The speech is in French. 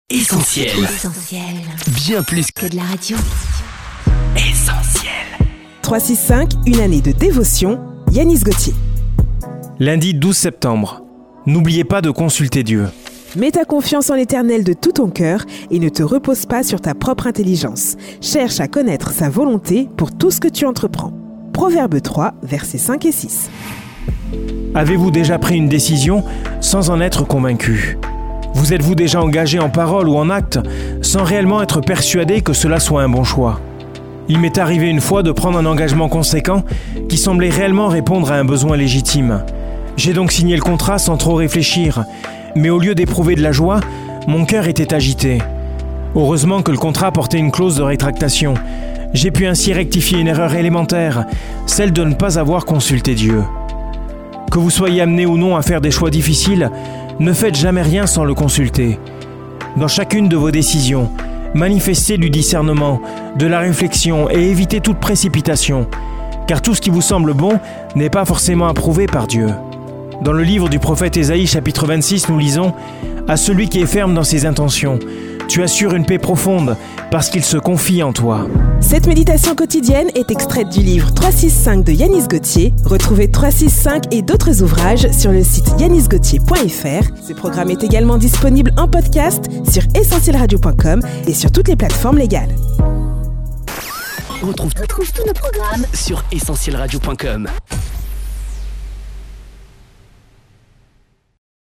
Essentiel. Bien plus que de la radio. Essentiel. 365, une année de dévotion, Yanis Gauthier. Lundi 12 septembre. N'oubliez pas de consulter Dieu. Mets ta confiance en l'Éternel de tout ton cœur et ne te repose pas sur ta propre intelligence. Cherche à connaître sa volonté pour tout ce que tu entreprends. Proverbe 3, versets 5 et 6. Avez-vous déjà pris une décision sans en être convaincu ? Vous êtes-vous déjà engagé en parole ou en acte sans réellement être persuadé que cela soit un bon choix ? Il m'est arrivé une fois de prendre un engagement conséquent qui semblait réellement répondre à un besoin légitime. J'ai donc signé le contrat sans trop réfléchir, mais au lieu d'éprouver de la joie, mon cœur était agité. Heureusement que le contrat portait une clause de rétractation. J'ai pu ainsi rectifier une erreur élémentaire, celle de ne pas avoir consulté Dieu. Que vous soyez amené ou non à faire des choix difficiles, ne faites jamais rien sans le consulter. Dans chacune de vos décisions, manifestez du discernement, de la réflexion et évitez toute précipitation, car tout ce qui vous semble bon n'est pas forcément approuvé par Dieu. Dans le livre du prophète Ésaïe, chapitre 26, nous lisons « À celui qui est ferme dans ses intentions, tu assures une paix profonde parce qu'il se confie en toi. » Cette méditation quotidienne est extraite du livre 365 de Yanis Gauthier. Retrouvez 365 et d'autres ouvrages sur le site yanisgauthier.fr. Ce programme est également disponible en podcast sur essentielradio.com et sur toutes les plateformes légales. On retrouve tous nos programmes sur essentielradio.com.